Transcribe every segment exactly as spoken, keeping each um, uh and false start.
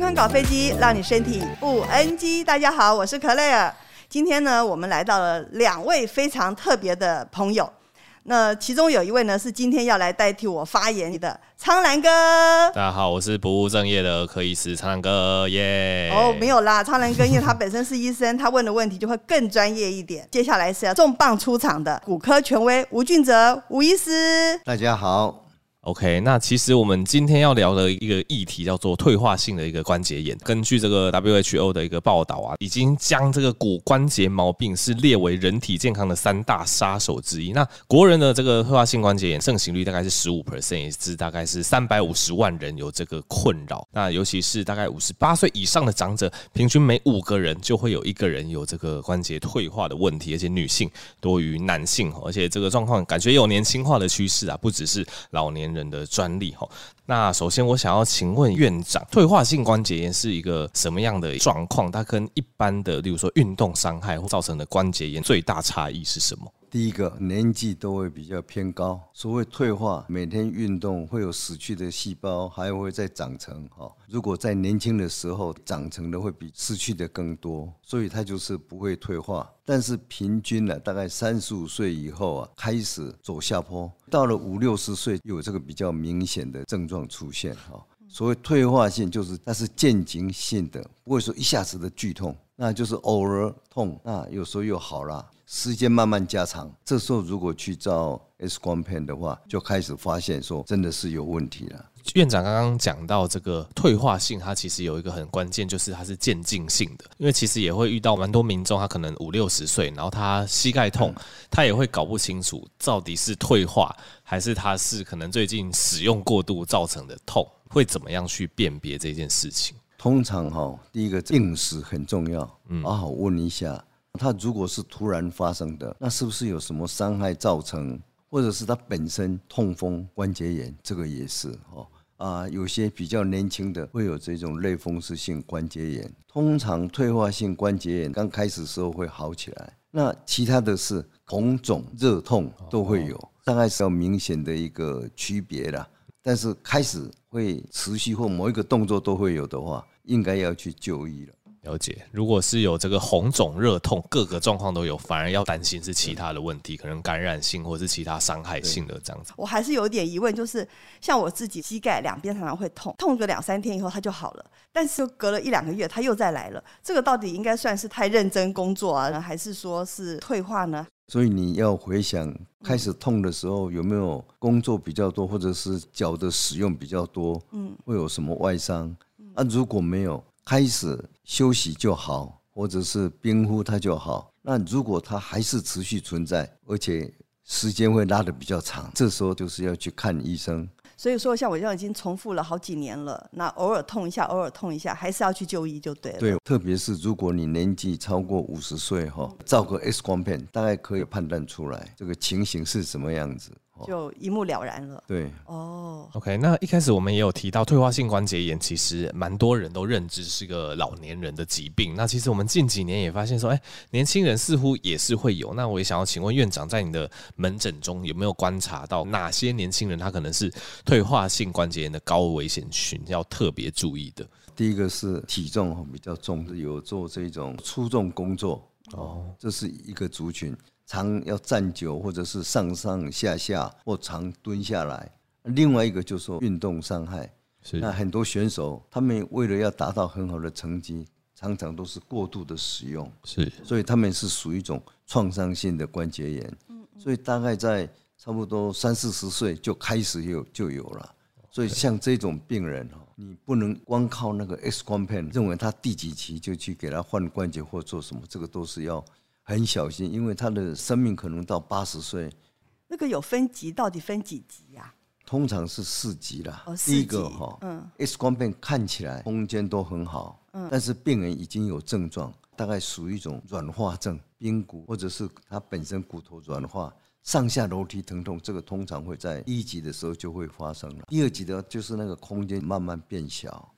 康搞飞机，让你身体不 N G。大家好，我是可蕾尔。今天呢，我们来到了两位非常特别的朋友。那其中有一位呢，是今天要来代替我发言的苍兰哥。 大家好，我是不务正业的儿科医师苍兰哥，耶、 yeah ！哦，没有啦，苍兰哥因为他本身是医生，他问的问题就会更专业一点。接下来是要重磅出场的骨科权威吴俊哲吴医师。 大家好。 OK， 那其实我们今天要聊的一个议题叫做退化性的一个关节炎。根据这个 W H O 的一个报道啊，已经将这个骨关节毛病是列为人体健康的三大杀手之一。那国人的这个退化性关节炎盛行率大概是 百分之十五， 也是大概是三百五十万人有这个困扰。那尤其是大概五十八岁以上的长者，平均每五个人就会有一个人有这个关节退化的问题，而且女性多于男性，而且这个状况感觉有年轻化的趋势啊，不只是老年人的专利。那首先我想要请问院长，退化性关节炎是一个什么样的状况？它跟一般的例如说运动伤害造成的关节炎最大差异是什么？ 第一个，年纪都会比较偏高。所谓退化，每天运动会有死去的细胞，还会再长成。如果在年轻的时候长成的会比失去的更多，所以它就是不会退化。但是平均呢，大概三十五岁以后啊，开始走下坡，到了五六十岁有这个比较明显的症状出现。所谓退化性，就是它是渐进性的，不会说一下子的剧痛，那就是偶尔痛，那有时候又好了。时间慢慢加长，这时候如果去照 X 光片的话，就开始发现说真的是有问题了。 院长刚刚讲到这个退化性，它其实有一个很关键，就是它是渐进性的。因为其实也会遇到蛮多民众，他可能五六十岁，然后他膝盖痛，他也会搞不清楚到底是退化还是他是可能最近使用过度造成的痛，会怎么样去辨别这件事情？ 通常哈，第一个病史很重要，好好问一下。它如果是突然发生的，那是不是有什么伤害造成，或者是它本身痛风关节炎，这个也是哦。啊，有些比较年轻的会有这种类风湿性关节炎。通常退化性关节炎刚开始的时候会好起来，那其他的是红肿、热痛都会有，大概是要明显的一个区别啦。但是开始会持续或某一个动作都会有的话，应该要去就医了。 了解，如果是有这个红肿、热痛，各个状况都有，反而要担心是其他的问题，可能感染性或是其他伤害性的这样子。 我还是有一点疑问，就是像我自己膝盖两边常常会痛，痛个两三天以后它就好了，但是隔了一两个月它又再来了，这个到底应该算是太认真工作啊，还是说是退化呢？ 所以你要回想开始痛的时候有没有工作比较多，或者是脚的使用比较多，嗯，会有什么外伤？啊，如果没有，开始休息就好，或者是冰敷它就好。那如果它还是持续存在，而且时间会拉得比较长，这时候就是要去看医生。 所以说像我这样已经重复了好几年了，那偶尔痛一下偶尔痛一下还是要去就医就对了。 对，特别是如果你年纪超过五十岁，照个 X 光片大概可以判断出来这个情形是什么样子， 就一目了然了。 对， 哦 ，OK， 那一开始我们也有提到退化性关节炎，其实蛮多人都认知是个老年人的疾病。那其实我们近几年也发现说，哎，年轻人似乎也是会有。那我也想要请问院长，在你的门诊中有没有观察到哪些年轻人他可能是退化性关节炎的高危险群，要特别注意的？ 第一个是体重比较重，有做这种粗重工作，哦，这是一个族群。常要站久，或者是上上下下，或常蹲下来。另外一个就是说运动伤害，那很多选手他们为了要达到很好的成绩，常常都是过度的使用， 是， 所以他们是属于一种创伤性的关节炎。所以大概在差不多三四十岁就开始有就有了。所以像这种病人，你不能光靠那个 X 光片认为他第几期就去给他换关节或做什么，这个都是要很小心，因为他的生命可能到八十岁。 那个有分级，到底分几级呀？ 通常是四级啦。 哦， 第一个哈， 嗯 ，X 光片看起来空间都很好，嗯，但是病人已经有症状，大概属于一种软化症、髌骨，或者是他本身骨头软化，上下楼梯疼痛，这个通常会在第一级的时候就会发生了。第二级的就是那个空间慢慢变小，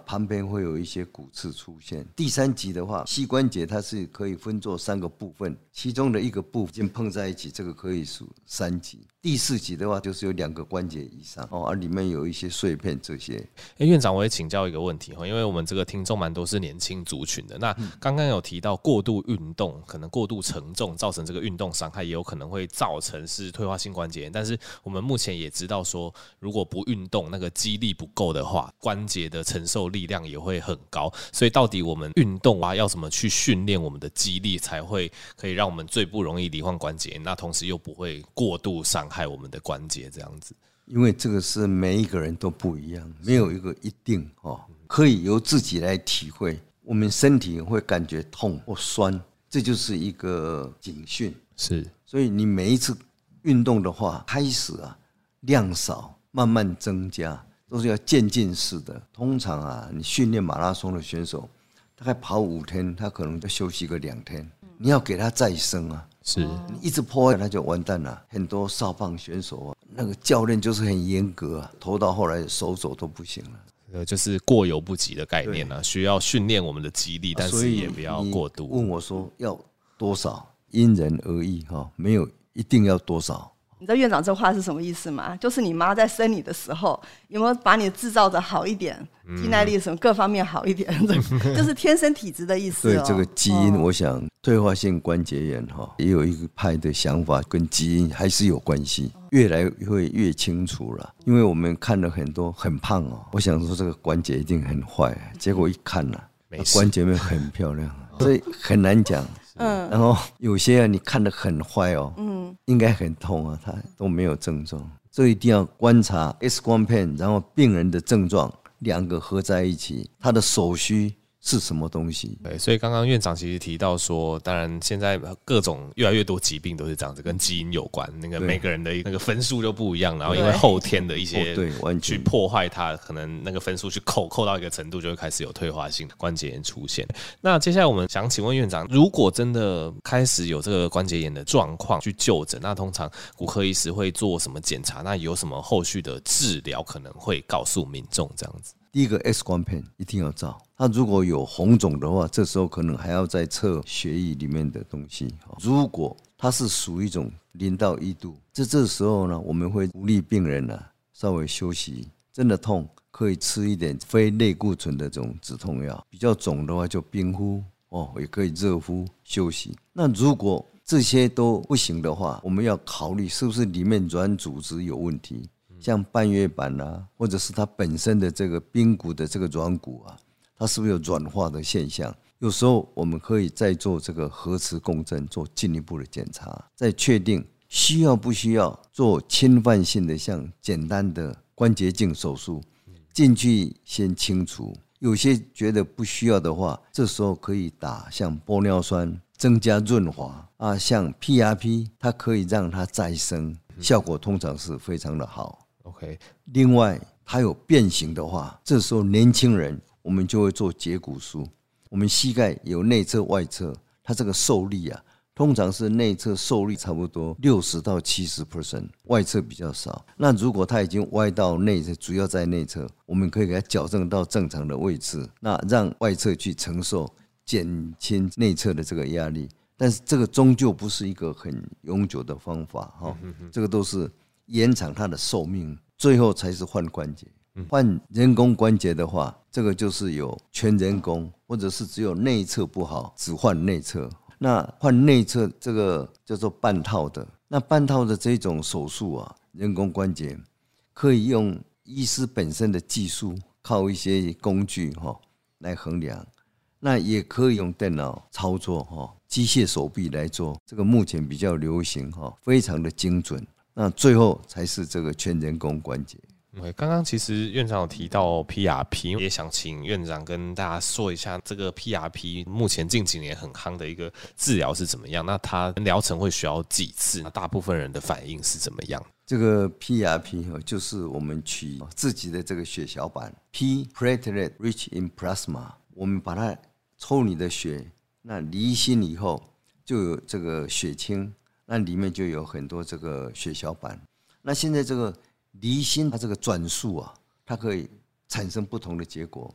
旁边会有一些骨刺出现。第三级的话，膝关节它是可以分作三个部分，其中的一个部分碰在一起，这个可以属三级。第四级的话，就是有两个关节以上哦，而里面有一些碎片这些。 哎，院长，我也请教一个问题哈，因为我们这个听众蛮多是年轻族群的。那刚刚有提到过度运动，可能过度承重造成这个运动伤害，也有可能会造成是退化性关节炎。但是我们目前也知道说，如果不运动，那个肌力不够的话，关节的承受力量也会很高。所以到底我们运动啊，要怎么去训练我们的肌力，才会可以让我们最不容易罹患关节炎，那同时又不会过度伤害我们的关节这样子？ 因为这个是每一个人都不一样，没有一个一定哦，可以由自己来体会。我们身体会感觉痛或酸，这就是一个警讯。 是， 所以你每一次运动的话，开始啊量少，慢慢增加，都是要渐进式的。通常啊，你训练马拉松的选手，大概跑五天，他可能就休息个两天。你要给他再生啊， 是你一直破坏他就完蛋了。很多少棒选手啊，那个教练就是很严格啊，投到后来手肘都不行了。 呃，就是过犹不及的概念啊，需要训练我们的肌力，但是也不要过度。 问我说要多少，因人而异哈，没有一定要多少。 你知道院长这话是什么意思吗？就是你妈在生你的时候，有没有把你制造的好一点，肌耐力什么各方面好一点，就是天生体质的意思、哦。 对这个基因，我想退化性关节炎哈，也有一个派的想法跟基因还是有关系，越来会越清楚了。因为我们看了很多很胖哦，我想说这个关节一定很坏，结果一看了、啊，关节面很漂亮，所以很难讲。嗯，然后有些啊，你看得很坏哦，嗯，应该很痛啊，他都没有症状，所以一定要观察 X 光片，然后病人的症状两个合在一起，他的所需是什么东西？ 对，所以刚刚院长其实提到说，当然现在各种越来越多疾病都是这样子，跟基因有关，那个每个人的那个分数就不一样，然后因为后天的一些对去破坏它，可能那个分数去扣扣到一个程度，就会开始有退化性关节炎出现。那接下来我们想请问院长，如果真的开始有这个关节炎的状况去就诊，那通常骨科医师会做什么检查？那有什么后续的治疗可能会告诉民众这样子？ 第一个 X 光片一定要照，它如果有红肿的话，这时候可能还要再测血液里面的东西。如果它是属于一种零到一度，这这时候呢，我们会鼓励病人呢、啊、稍微休息，真的痛可以吃一点非类固醇的这种止痛药，比较肿的话就冰敷哦，也可以热敷休息。那如果这些都不行的话，我们要考虑是不是里面软组织有问题。像半月板啊，或者是它本身的这个髌骨的这个软骨啊，它是不是有软化的现象？有时候我们可以再做这个核磁共振，做进一步的检查，再确定需要不需要做侵犯性的像简单的关节镜手术，进去先清除。有些觉得不需要的话，这时候可以打像玻尿酸增加润滑啊，像 P R P 它可以让它再生，效果通常是非常的好。 OK， 另外它有变形的话，这时候年轻人我们就会做截骨术。我们膝盖有内侧外侧，它这个受力啊，通常是内侧受力差不多六十到七十 percent， 外侧比较少。那如果它已经歪到内侧，主要在内侧，我们可以给它矫正到正常的位置，那让外侧去承受，减轻内侧的这个压力。但是这个终究不是一个很永久的方法哈，这个都是延长它的寿命，最后才是换关节。换人工关节的话，这个就是有全人工，或者是只有内侧不好，只换内侧。那换内侧这个叫做半套的，那半套的这种手术啊，人工关节可以用医师本身的技术，靠一些工具哈来衡量。那也可以用电脑操作哈，机械手臂来做，这个目前比较流行哈，非常的精准。那最后才是这个全人工关节。 刚刚其实院长有提到 P R P， 也想请院长跟大家说一下这个 P R P 目前近几年很夯的一个治疗是怎么样？那它疗程会需要几次？大部分人的反应是怎么样？ 这个 P R P 就是我们取自己的这个血小板 P platelet rich in plasma， 我们把它抽你的血，那离心以后就有这个血清，那里面就有很多这个血小板。那现在这个离心它这个转速啊，它可以产生不同的结果。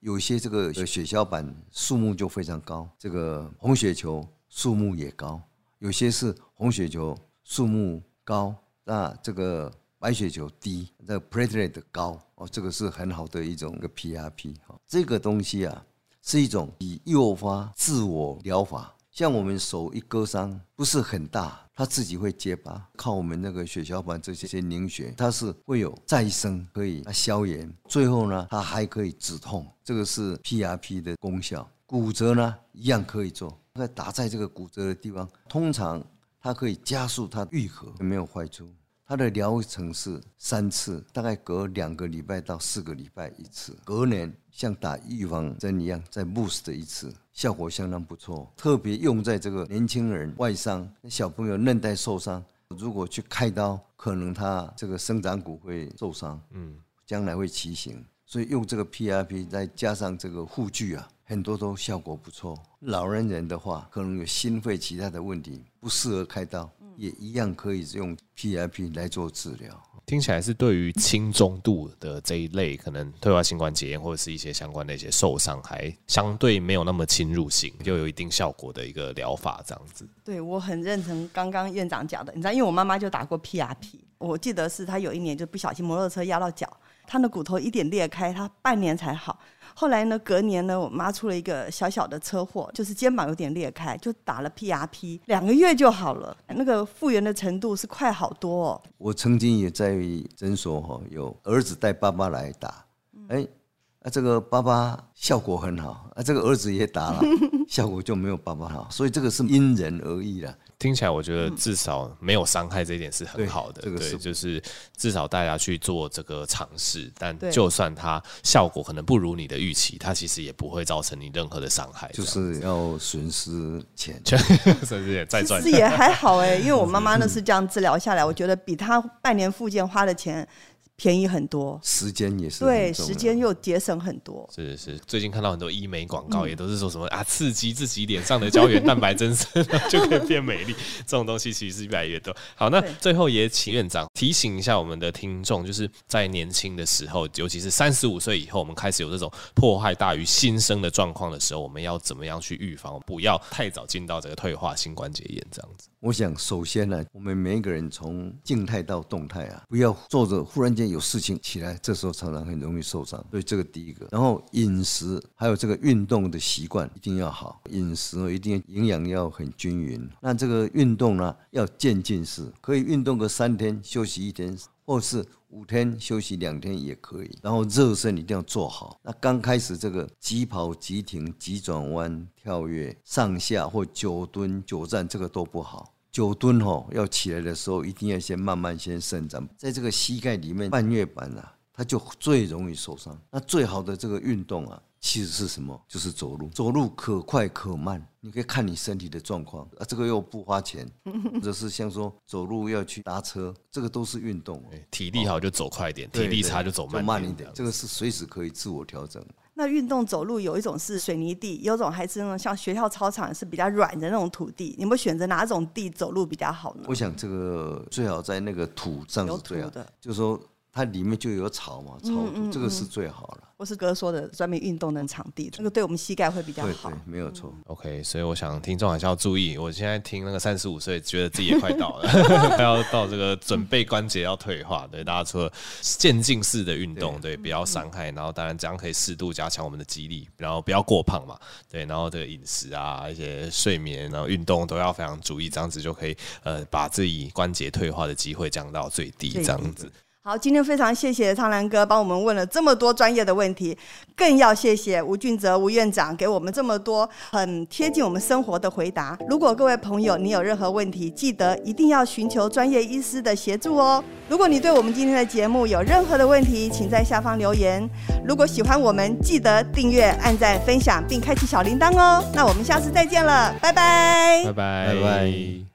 有些这个血小板数目就非常高，这个红血球数目也高，有些是红血球数目高，那这个白血球低，这个 platelet 高哦，这个是很好的一种个 P R P。这个东西啊，是一种以诱发自我疗法。像我们手一割伤，不是很大，它自己会结疤，靠我们那个血小板这些凝血，它是会有再生，可以消炎，最后呢，它还可以止痛，这个是 P R P 的功效。骨折呢，一样可以做，打在这个骨折的地方，通常它可以加速它愈合，没有坏处。它的疗程是三次，大概隔两个礼拜到四个礼拜一次，隔年像打预防针一样再 boost 一次，效果相当不错。特别用在这个年轻人外伤、小朋友韧带受伤，如果去开刀，可能他这个生长骨会受伤，嗯，将来会畸形，所以用这个 P R P 再加上这个护具啊，很多都效果不错。老人人的话，可能有心肺其他的问题，不适合开刀，也一样可以用 P R P 来做治疗。 听起来是对于轻中度的这一类，可能退化性关节炎或者是一些相关的一些受伤，还相对没有那么侵入性，就有一定效果的一个疗法这样子。 对，我很认同刚刚院长讲的，你知道，因为我妈妈就打过 P R P， 我记得是她有一年就不小心摩托车压到脚，她的骨头一点裂开，她半年才好。后来呢，隔年呢，我妈出了一个小小的车祸，就是肩膀有点裂开，就打了 P R P， 两个月就好了，那个复原的程度是快好多哦。 我曾经也在诊所有儿子带爸爸来打，哎，啊，这个爸爸效果很好，啊，这个儿子也打了，效果就没有爸爸好，所以这个是因人而异啦。 听起来我觉得至少没有伤害这一点是很好的， 对，这个是对，就是至少大家去做这个尝试，但就算它效果可能不如你的预期，它其实也不会造成你任何的伤害， 就是要损失钱， 损失钱再赚。 其实也还好哎、欸，因为我妈妈那是这样治疗下来，我觉得比她半年复健花的钱便宜很多， 时间也是对，时间又节省很多。 是是，最近看到很多医美广告，也都是说什么、嗯、啊，刺激自己脸上的胶原蛋白增生就可以变美丽，这种东西其实是越来越多。好，那最后也请院长提醒一下我们的听众，就是在年轻的时候，尤其是三十五岁以后，我们开始有这种迫害大于新生的状况的时候，我们要怎么样去预防，不要太早进到这个退化性关节炎这样子。 我想首先呢，我们每一个人从静态到动态啊，不要坐着忽然间有事情起来，这时候常常很容易受伤，所以这个第一个。然后饮食还有这个运动的习惯一定要好，饮食一定营养要很均匀。那这个运动呢，要渐进式，可以运动个三天休息一天，或是五天休息两天也可以。然后热身一定要做好。那刚开始这个急跑、急停、急转弯、跳跃、上下或久蹲、久站，这个都不好。久蹲吼要起来的时候，一定要先慢慢先伸展，在这个膝盖里面半月板啊，它就最容易受伤。那最好的这个运动啊，其实是什么？就是走路。走路可快可慢，你可以看你身体的状况啊，这个又不花钱，或者是像说走路要去搭车，这个都是运动。 体力好就走快一点，体力差就走慢一点， 慢一点，这个是随时可以自我调整。 那运动走路有一种是水泥地，有一种还是那种像学校操场是比较软的那种土地，你有没有选择哪种地走路比较好呢？ 我想这个最好在那个土上是最好的，就是说它里面就有草嘛，草土、嗯嗯嗯、这个是最好了。 或是哥说的专门运动的场地，这个对我们膝盖会比较好。 对对，没有错。 OK， 所以我想听众还是要注意。我现在听那个三十五岁，觉得自己也快到了，快要到这个准备关节要退化。对，大家除了渐进式的运动，对，不要伤害，然后当然这样可以适度加强我们的肌力，然后不要过胖嘛，对，然后这个饮食啊，一些睡眠，然后运动都要非常注意，这样子就可以呃把自己关节退化的机会降到最低，这样子。 好，今天非常谢谢苍蓝哥帮我们问了这么多专业的问题，更要谢谢吴俊泽吴院长给我们这么多很贴近我们生活的回答。如果各位朋友你有任何问题，记得一定要寻求专业医师的协助哦。如果你对我们今天的节目有任何的问题，请在下方留言。如果喜欢我们，记得订阅、按赞、分享并开启小铃铛哦。那我们下次再见了，拜拜， 拜拜， 拜拜。